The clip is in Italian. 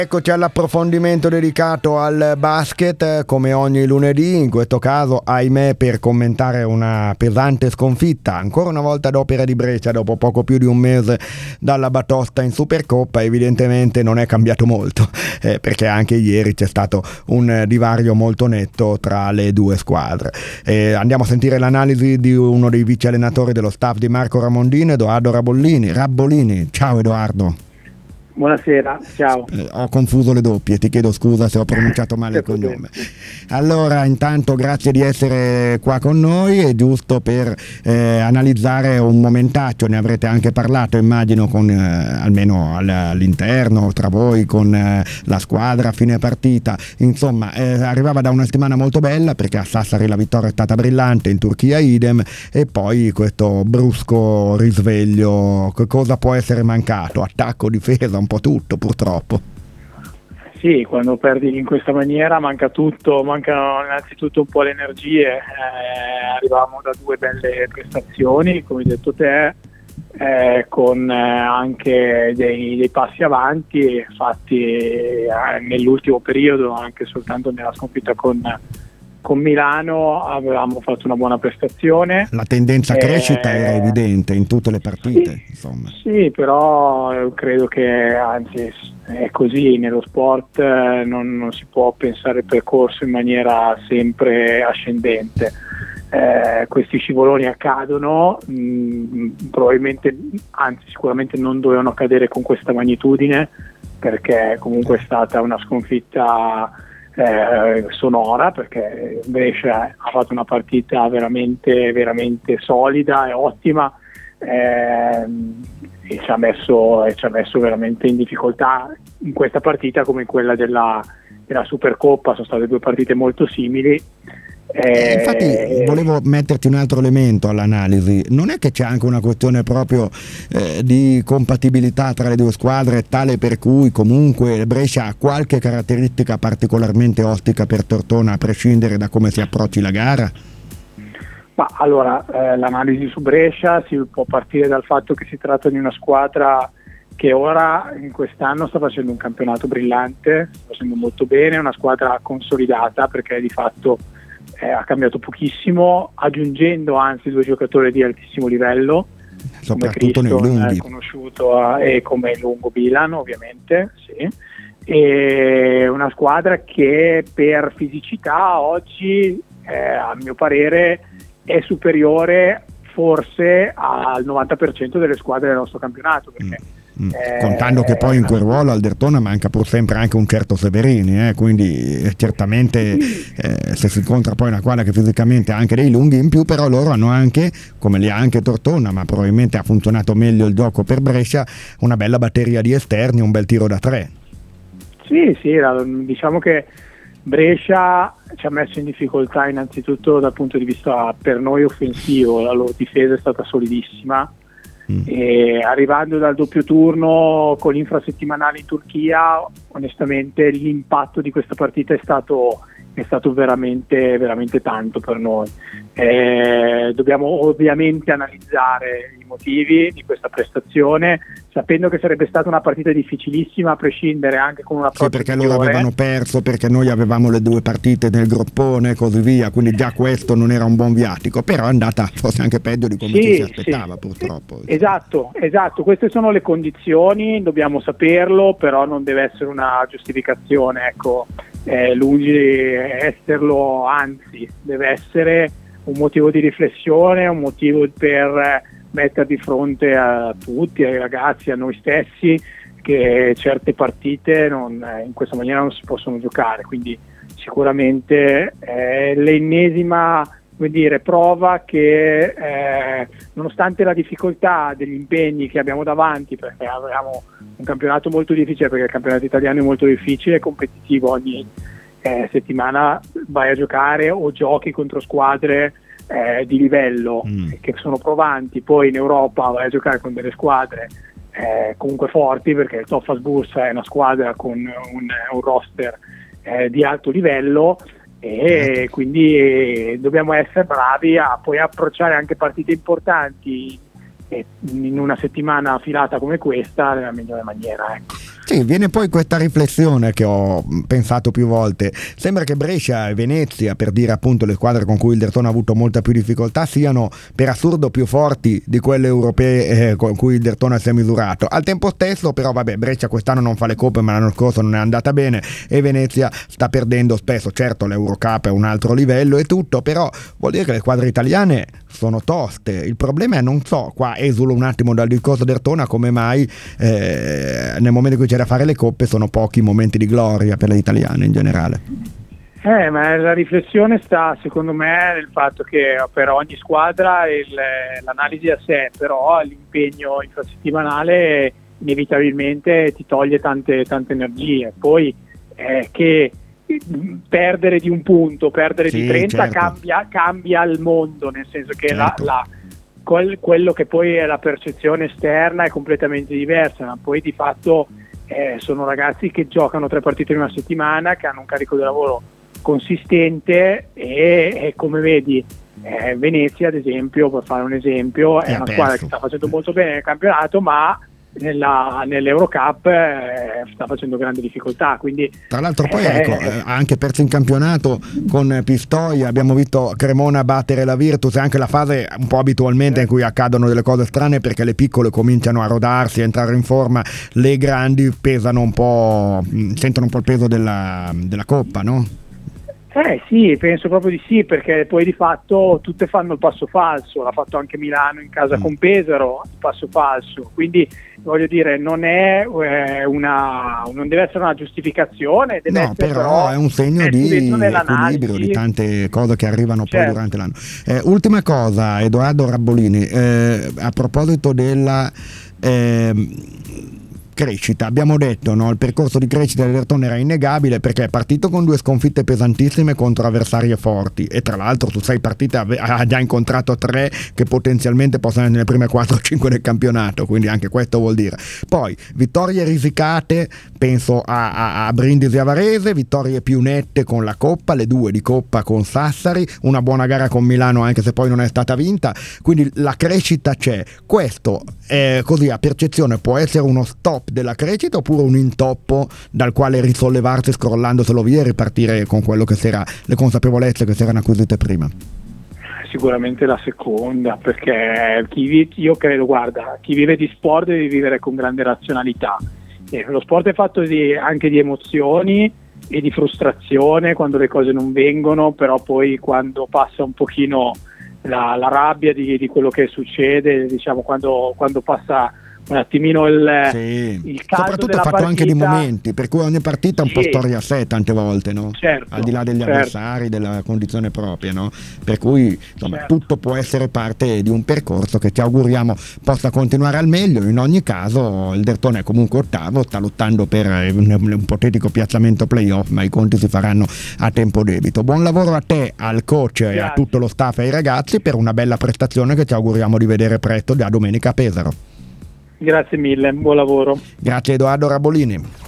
Eccoci all'approfondimento dedicato al basket, come ogni lunedì, in questo caso ahimè per commentare una pesante sconfitta, ancora una volta ad opera di Brescia dopo poco più di un mese dalla batosta in Supercoppa. Evidentemente non è cambiato molto, perché anche ieri c'è stato un divario molto netto tra le due squadre. Andiamo a sentire l'analisi di uno dei vice allenatori dello staff di Marco Ramondino, Edoardo Rabbolini. Ciao Edoardo. Buonasera, ciao. Ho confuso le doppie, ti chiedo scusa se ho pronunciato male il cognome. Allora, intanto grazie di essere qua con noi, è giusto per analizzare un momentaccio, ne avrete anche parlato immagino con almeno all'interno tra voi con la squadra a fine partita, insomma arrivava da una settimana molto bella perché a Sassari la vittoria è stata brillante, in Turchia idem, e poi questo brusco risveglio. Che cosa può essere mancato? Attacco, difesa, un po' tutto purtroppo. Sì, quando perdi in questa maniera manca tutto, mancano innanzitutto un po' le energie, arrivavamo da due belle prestazioni, come hai detto te, con anche dei passi avanti fatti nell'ultimo periodo, anche soltanto nella sconfitta con Milano avevamo fatto una buona prestazione. La tendenza a crescita era evidente in tutte le partite, sì, insomma. Sì, però credo che anzi è così, nello sport non si può pensare il percorso in maniera sempre ascendente. Questi scivoloni accadono, probabilmente, anzi sicuramente non dovevano accadere con questa magnitudine, perché comunque è stata una sconfitta sonora, perché Brescia ha fatto una partita veramente, veramente solida e ottima, e ci ha messo veramente in difficoltà in questa partita come in quella della Supercoppa. Sono state due partite molto simili. Infatti volevo metterti un altro elemento all'analisi. Non è che c'è anche una questione proprio di compatibilità tra le due squadre, tale per cui comunque Brescia ha qualche caratteristica particolarmente ostica per Tortona, a prescindere da come si approcci la gara? Ma allora, l'analisi su Brescia si può partire dal fatto che si tratta di una squadra che ora in quest'anno sta facendo un campionato brillante, sta facendo molto bene, è una squadra consolidata perché di fatto ha cambiato pochissimo, aggiungendo anzi due giocatori di altissimo livello, soprattutto come nei lunghi, conosciuto, e come Lungo Bilan, ovviamente, sì. E una squadra che per fisicità oggi, a mio parere, è superiore forse al 90% delle squadre del nostro campionato, perché contando che poi in quel ruolo al Dertona manca pur sempre anche un certo Severini, quindi certamente se si incontra poi una squadra che fisicamente ha anche dei lunghi in più, però loro hanno anche, come li ha anche Tortona, ma probabilmente ha funzionato meglio il gioco per Brescia, una bella batteria di esterni, un bel tiro da tre. Sì, diciamo che Brescia ci ha messo in difficoltà innanzitutto dal punto di vista per noi offensivo, la loro difesa è stata solidissima. E arrivando dal doppio turno con l'infrasettimanale in Turchia, onestamente l'impatto di questa partita è stato veramente, veramente tanto per noi. Dobbiamo ovviamente analizzare i motivi di questa prestazione, sapendo che sarebbe stata una partita difficilissima a prescindere, anche con una approccio perché loro avevano perso, perché noi avevamo le due partite nel groppone e così via, quindi già questo non era un buon viatico, però è andata forse anche peggio di come ci si aspettava, purtroppo. Esatto, queste sono le condizioni, dobbiamo saperlo, però non deve essere una giustificazione, ecco. Lungi esserlo, anzi deve essere un motivo di riflessione, un motivo per mettere di fronte a tutti, ai ragazzi, a noi stessi, che certe partite in questa maniera non si possono giocare, quindi sicuramente l'ennesima prova che nonostante la difficoltà degli impegni che abbiamo davanti, perché abbiamo un campionato molto difficile, perché il campionato italiano è molto difficile e competitivo, ogni settimana vai a giocare o giochi contro squadre di livello che sono provanti, poi in Europa vai a giocare con delle squadre comunque forti, perché il Toffas Bus è una squadra con un roster di alto livello, e quindi dobbiamo essere bravi a poi approcciare anche partite importanti in una settimana filata come questa nella migliore maniera, ecco. Sì, viene poi questa riflessione che ho pensato più volte. Sembra che Brescia e Venezia, per dire appunto le squadre con cui il Derthona ha avuto molta più difficoltà, siano per assurdo più forti di quelle europee con cui il Derthona si è misurato. Al tempo stesso però vabbè, Brescia quest'anno non fa le coppe, ma l'anno scorso non è andata bene, e Venezia sta perdendo spesso. Certo, l'Eurocup è un altro livello e tutto, però vuol dire che le squadre italiane sono toste. Il problema è, non so, qua esulo un attimo dal discorso Derthona, come mai nel momento in cui c'è da fare le coppe sono pochi i momenti di gloria per le italiane in generale. Ma la riflessione sta secondo me nel fatto che per ogni squadra l'analisi a sé, però l'impegno infrasettimanale inevitabilmente ti toglie tante energie. Poi che perdere di un punto, perdere di 30 certo. cambia il mondo, nel senso che certo. Quello che poi è la percezione esterna è completamente diversa, ma poi di fatto sono ragazzi che giocano 3 partite in una settimana, che hanno un carico di lavoro consistente e come vedi Venezia ad esempio, per fare un esempio, è una squadra che sta facendo molto bene nel campionato, ma nell'Eurocup sta facendo grandi difficoltà, quindi tra l'altro poi ha anche perso in campionato con Pistoia. Abbiamo visto Cremona battere la Virtus, e anche la fase un po' abitualmente in cui accadono delle cose strane, perché le piccole cominciano a rodarsi, a entrare in forma, le grandi pesano un po', sentono un po' il peso della coppa, no? Sì, penso proprio di sì, perché poi di fatto tutte fanno il passo falso. L'ha fatto anche Milano in casa con Pesaro, il passo falso, quindi voglio dire, non è non deve essere una giustificazione, deve essere però è un segno di equilibrio, di tante cose che arrivano poi durante l'anno. Ultima cosa, Edoardo Rabbolini, a proposito della crescita, abbiamo detto, no? Il percorso di crescita del Derthona era innegabile, perché è partito con 2 sconfitte pesantissime contro avversarie forti, e tra l'altro su 6 partite ha già incontrato 3 che potenzialmente possono essere nelle prime 4 o 5 del campionato, quindi anche questo vuol dire. Poi vittorie risicate, penso a Brindisi e a Varese, vittorie più nette con la Coppa, le 2 di Coppa con Sassari, una buona gara con Milano anche se poi non è stata vinta, quindi la crescita c'è. Questo così a percezione può essere uno stop della crescita, oppure un intoppo dal quale risollevarsi scrollandoselo via e ripartire con quello che era le consapevolezze che si erano acquisite prima? Sicuramente la seconda, perché io credo, guarda, chi vive di sport deve vivere con grande razionalità, lo sport è fatto anche di emozioni e di frustrazione quando le cose non vengono, però poi quando passa un pochino la rabbia di quello che succede, diciamo, quando passa un attimino il caldo soprattutto ha fatto partita, anche di momenti, per cui ogni partita è un po' storia a sé tante volte, no? Certo, al di là degli avversari, della condizione propria, no? Per cui insomma tutto può essere parte di un percorso che ci auguriamo possa continuare al meglio. In ogni caso il Derthona è comunque ottavo, sta lottando per un ipotetico piazzamento playoff, ma i conti si faranno a tempo debito. Buon lavoro a te, al coach e a tutto lo staff e ai ragazzi per una bella prestazione che ci auguriamo di vedere presto da domenica a Pesaro. Grazie mille, buon lavoro. Grazie Edoardo Rabbolini.